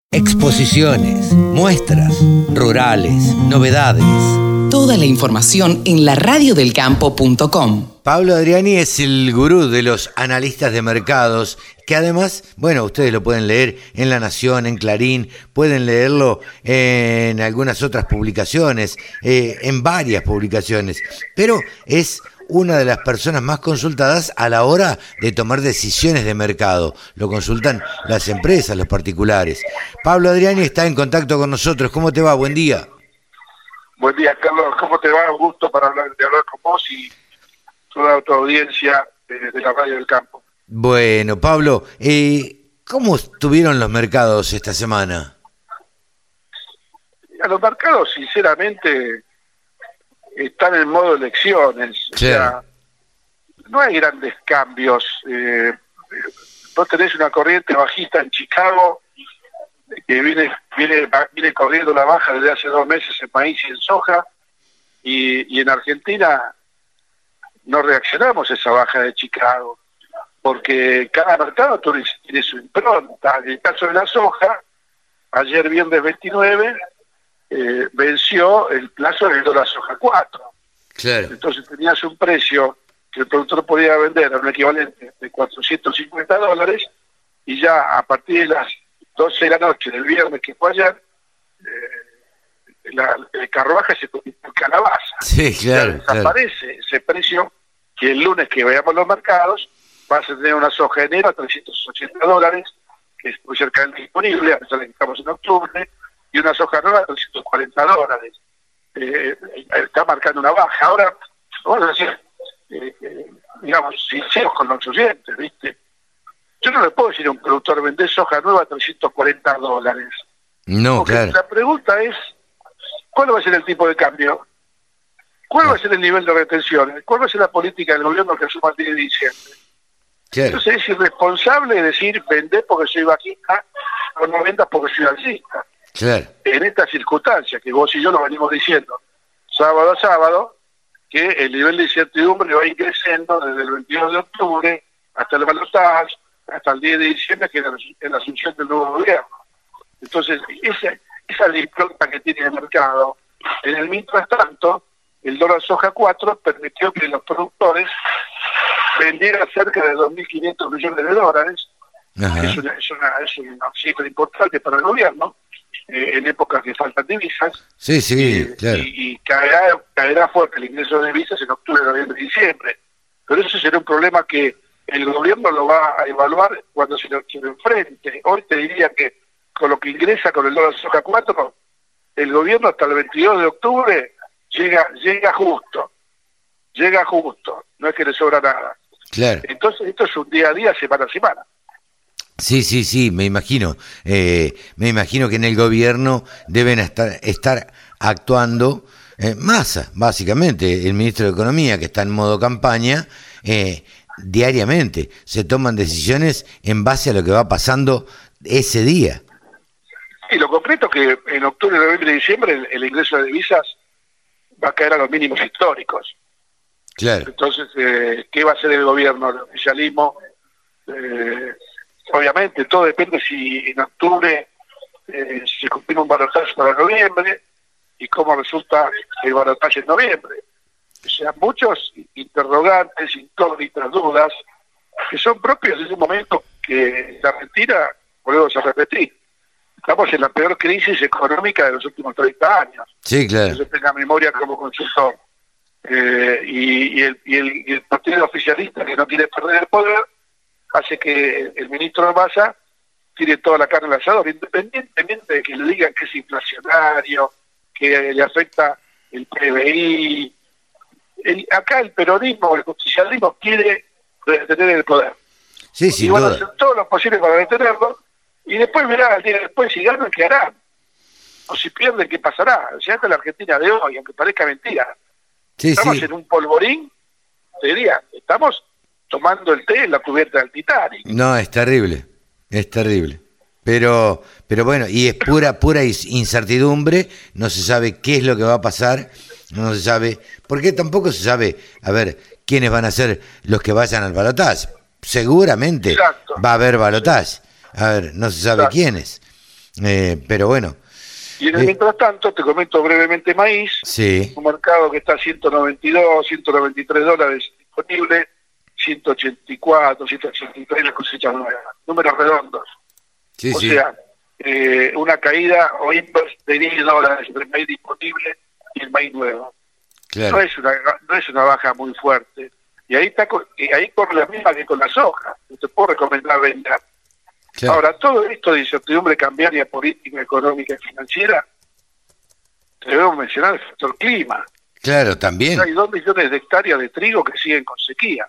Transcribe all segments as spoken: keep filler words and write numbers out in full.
Exposiciones, muestras, rurales, novedades. Toda la información en la radio del campo punto com. Pablo Adriani es el gurú de los analistas de mercados, que además, bueno, ustedes lo pueden leer en La Nación, en Clarín, pueden leerlo en algunas otras publicaciones, eh, en varias publicaciones, pero es una de las personas más consultadas a la hora de tomar decisiones de mercado. Lo consultan las empresas, los particulares. Pablo Adriani está en contacto con nosotros. ¿Cómo te va? Buen día. Buen día, Carlos. ¿Cómo te va? Un gusto para hablar, de hablar con vos y toda tu audiencia de, de la Radio del Campo. Bueno, Pablo, eh, ¿cómo estuvieron los mercados esta semana? A los mercados, sinceramente, están en modo elecciones. Sí. O sea, no hay grandes cambios. Eh, vos tenés una corriente bajista en Chicago que viene, viene, viene corriendo la baja desde hace dos meses en maíz y en soja, y, y en Argentina no reaccionamos a esa baja de Chicago, porque cada mercado tiene su impronta. En el caso de la soja, ayer viernes veintinueve, eh, venció el plazo del dólar soja cuatro. Claro. Entonces tenías un precio que el productor podía vender a un equivalente de cuatrocientos cincuenta dólares, y ya a partir de las doce de la noche del viernes, que fue ayer, eh, la, el carruaje se convirtió en calabaza. Sí, claro. Ya desaparece claro. ese precio que el lunes que veamos los mercados vas a tener una soja de enero a trescientos ochenta dólares, que es muy cerca del disponible, a pesar de que estamos en octubre, y una soja nueva a trescientos cuarenta dólares. Eh, está marcando una baja. Ahora, vamos a decir, eh, eh, digamos, sinceros con los oyentes, ¿viste? Yo no le puedo decir a un productor vender soja nueva a trescientos cuarenta dólares. No, Porque claro. La pregunta es, ¿cuál va a ser el tipo de cambio? ¿Cuál va a ser el nivel de retención? ¿Cuál va a ser la política del gobierno que asuma el diez de diciembre? Claro. Entonces es irresponsable decir vender porque soy bajista o no vendas porque soy alcista. Claro. En estas circunstancias que vos y yo lo venimos diciendo sábado a sábado, que el nivel de incertidumbre va a ir creciendo desde el veintidós de octubre hasta el balotaje, hasta el diez de diciembre, que es la, la asunción del nuevo gobierno. Entonces, esa, esa es la impronta que tiene el mercado. En el mientras tanto, el dólar soja cuatro permitió que los productores vendieran cerca de dos mil quinientos millones de dólares. Ajá. Es una, es una, es una cifra importante para el gobierno, eh, en épocas que faltan divisas. Sí, sí, eh, claro. Y, y caerá, caerá fuerte el ingreso de divisas en octubre, noviembre y diciembre. Pero eso será un problema que el gobierno lo va a evaluar cuando se lo, se lo enfrente. Hoy te diría que con lo que ingresa con el dólar soja cuatro, el gobierno hasta el veintidós de octubre llega llega justo. Llega justo. No es que le sobra nada. Claro. Entonces esto es un día a día, semana a semana. Sí, sí, sí, me imagino. Eh, me imagino que en el gobierno deben estar, estar actuando eh, Massa, básicamente, el ministro de Economía, que está en modo campaña, eh, diariamente. Se toman decisiones en base a lo que va pasando ese día. Sí, lo concreto es que en octubre, noviembre y diciembre el, el ingreso de divisas va a caer a los mínimos históricos. Claro. Entonces, eh, ¿qué va a hacer el gobierno, el oficialismo? Eh, obviamente, todo depende si en octubre eh, se cumple un balotaje para noviembre y cómo resulta el balotaje en noviembre. O sea, muchos interrogantes, incógnitas, dudas, que son propios de un momento que la Argentina, volvemos a repetir, estamos en la peor crisis económica de los últimos treinta años. Sí, claro. Que yo tenga memoria como consultor. Eh, y, y, el, y, el, y el partido oficialista, que no quiere perder el poder, hace que el ministro de Massa tire toda la carne al asador, independientemente de que le digan que es inflacionario, que le afecta el P B I. El, acá el peronismo, el justicialismo quiere retener el poder. Sí, sin y van duda. a hacer todo lo posible para retenerlo, y después verá, el día después, si ganan, ¿qué harán? O si pierden, ¿qué pasará? O sea, esta es la Argentina de hoy, aunque parezca mentira. Sí, estamos sí. en un polvorín, te diría, estamos tomando el té en la cubierta del Titanic. No, es terrible, es terrible. Pero, pero bueno, y es pura, pura incertidumbre, no se sabe qué es lo que va a pasar, no se sabe, porque tampoco se sabe, a ver, quiénes van a ser los que vayan al balotaje. Seguramente Exacto. va a haber balotaje, a ver, no se sabe Exacto. quiénes. Eh, pero bueno. Y en el eh, mientras tanto, te comento brevemente maíz, sí. un mercado que está a ciento noventa y dos, ciento noventa y tres dólares disponible, ciento ochenta y cuatro, ciento ochenta y tres las cosechas nuevas, números redondos. Sí, o sí. sea, eh, una caída o inverse de diez dólares entre el maíz disponible y el maíz nuevo. Claro. No es una no es una baja muy fuerte. Y ahí está y ahí corre la misma que con la soja. No te puedo recomendar vender. Claro. Ahora, todo esto de incertidumbre cambiaria política, económica y financiera, debemos mencionar el factor clima. Claro, también. Hay dos millones de hectáreas de trigo que siguen con sequía,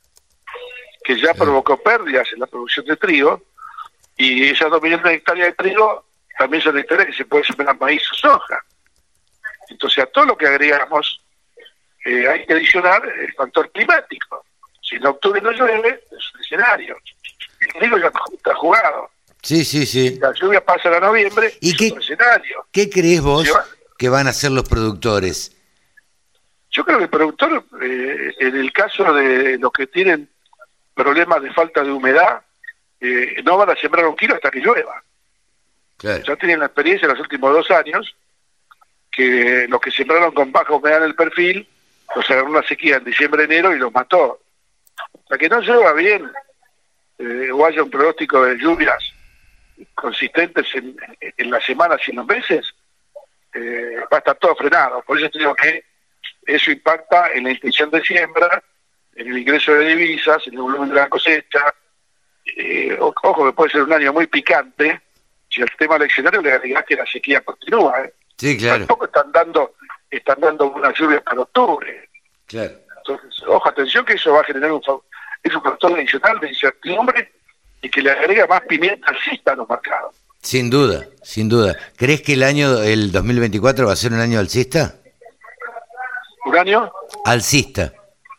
que ya Sí. provocó pérdidas en la producción de trigo, y esas dos millones de hectáreas de trigo también son hectáreas que se puede sembrar maíz o soja. Entonces, a todo lo que agregamos, eh, hay que adicionar el factor climático. Si en octubre no llueve, es un escenario. El trigo ya está jugado. Sí, sí, sí. La lluvia pasa a noviembre, ¿Y es qué- otro escenario. ¿Qué crees vos Sí, va. que van a hacer los productores? Yo creo que el productor, eh, en el caso de los que tienen problemas de falta de humedad, eh, no van a sembrar un kilo hasta que llueva. Claro. Ya tienen la experiencia en los últimos dos años que los que sembraron con baja humedad en el perfil, los agarró una sequía en diciembre, enero y los mató. Hasta que no llueva bien, eh, o haya un pronóstico de lluvias consistentes en, en las semanas y en los meses, eh, va a estar todo frenado. Por eso te digo que eso impacta en la intención de siembra, en el ingreso de divisas, en el volumen de la cosecha. Eh, o- ojo que puede ser un año muy picante si al tema eleccionario le agregás que la sequía continúa. ¿eh? Sí, claro. Tampoco están dando están dando una lluvia para octubre. Claro. Entonces, ojo, atención que eso va a generar un, fa- es un factor adicional de incertidumbre y que le agrega más pimienta alcista a los mercados. Sin duda, sin duda. ¿Crees que el año, el dos mil veinticuatro va a ser un año alcista? ¿Un año? Alcista.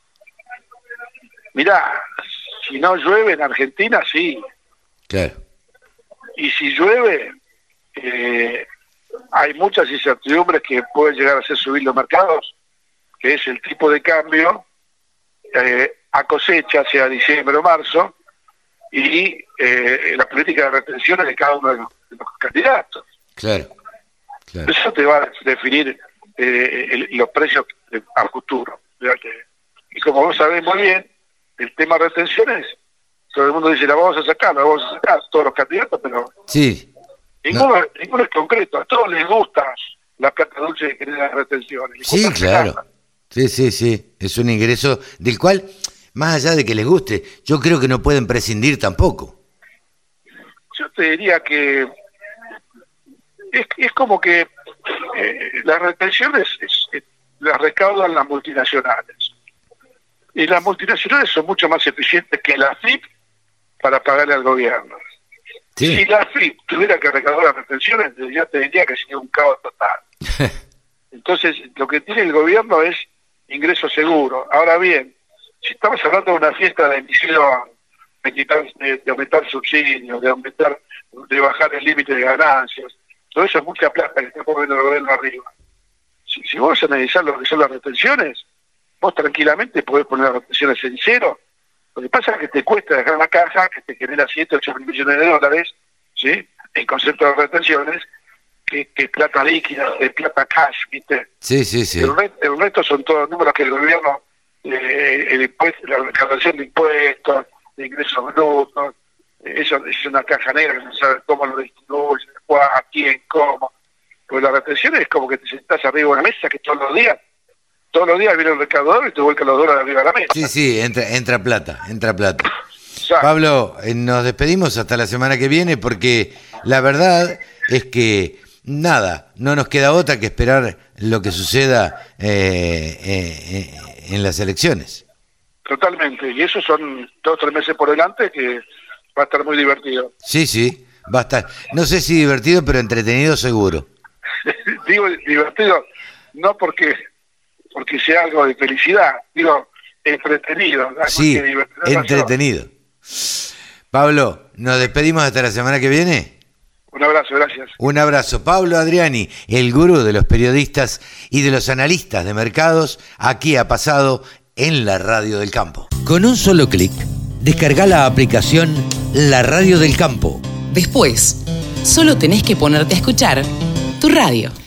Mirá, si no llueve en Argentina, sí. Claro. Y si llueve, eh, hay muchas incertidumbres que pueden llegar a hacer subir los mercados, que es el tipo de cambio eh, a cosecha, sea diciembre o marzo, y eh, la política de retenciones de cada uno de los, de los candidatos. Claro. Claro. Eso te va a definir eh, el- los precios de- al futuro. O sea que- Y como vos sabés muy bien, el tema de retenciones, todo el mundo dice, la vamos a sacar, la vamos a sacar, todos los candidatos, pero Sí. ninguno, ninguno es concreto. A todos les gusta la plata dulce que genera las retenciones. Les Sí, gusta claro. sacarla. Sí, sí, sí. Es un ingreso del cual, más allá de que les guste, yo creo que no pueden prescindir tampoco. Yo te diría que es, es como que eh, las retenciones es- es- las recaudan las multinacionales. Y las multinacionales son mucho más eficientes que la F I P para pagarle al gobierno. Sí. Si la F I P tuviera que recaudar las retenciones, yo te diría que sería un caos total. Entonces, lo que tiene el gobierno es ingreso seguro. Ahora bien, si estamos hablando de una fiesta de emisión, de, quitar, de, de aumentar subsidios, de aumentar, de bajar el límite de ganancias, todo eso es mucha plata que está poniendo el gobierno arriba. Si, si vos analizás lo que son las retenciones, vos tranquilamente podés poner las retenciones en cero. Lo que pasa es que te cuesta dejar una caja que te genera siete, ocho mil millones de dólares, ¿sí? En concepto de retenciones, que, que es plata líquida, es plata cash, ¿viste? Sí, sí, sí. El, resto, el resto son todos números que el gobierno, eh, el impuesto, la recaudación de impuestos, de ingresos brutos, eh, eso es una caja negra que no sabe cómo lo distribuye, a quién, cómo. Pues la retención es como que te sentás arriba de una mesa que todos los días, todos los días viene el recaudador y te vuelca los dólares arriba de la mesa. Sí, sí, entra, entra plata, entra plata. O sea, Pablo, eh, nos despedimos hasta la semana que viene porque la verdad es que nada, no nos queda otra que esperar lo que suceda eh, eh, eh, en las elecciones. totalmente. Y eso son dos o tres meses por delante que va a estar muy divertido. Sí, sí, va a estar, no sé si divertido, pero entretenido seguro. Digo divertido, no porque porque sea algo de felicidad, digo entretenido. ¿no? Sí, Porque divertido no entretenido. Pablo, nos despedimos hasta la semana que viene. Un abrazo, gracias. Un abrazo. Pablo Adriani, el gurú de los periodistas y de los analistas de mercados, aquí ha pasado en la Radio del Campo. Con un solo clic, descarga la aplicación La Radio del Campo. Después, Solo tenés que ponerte a escuchar tu radio.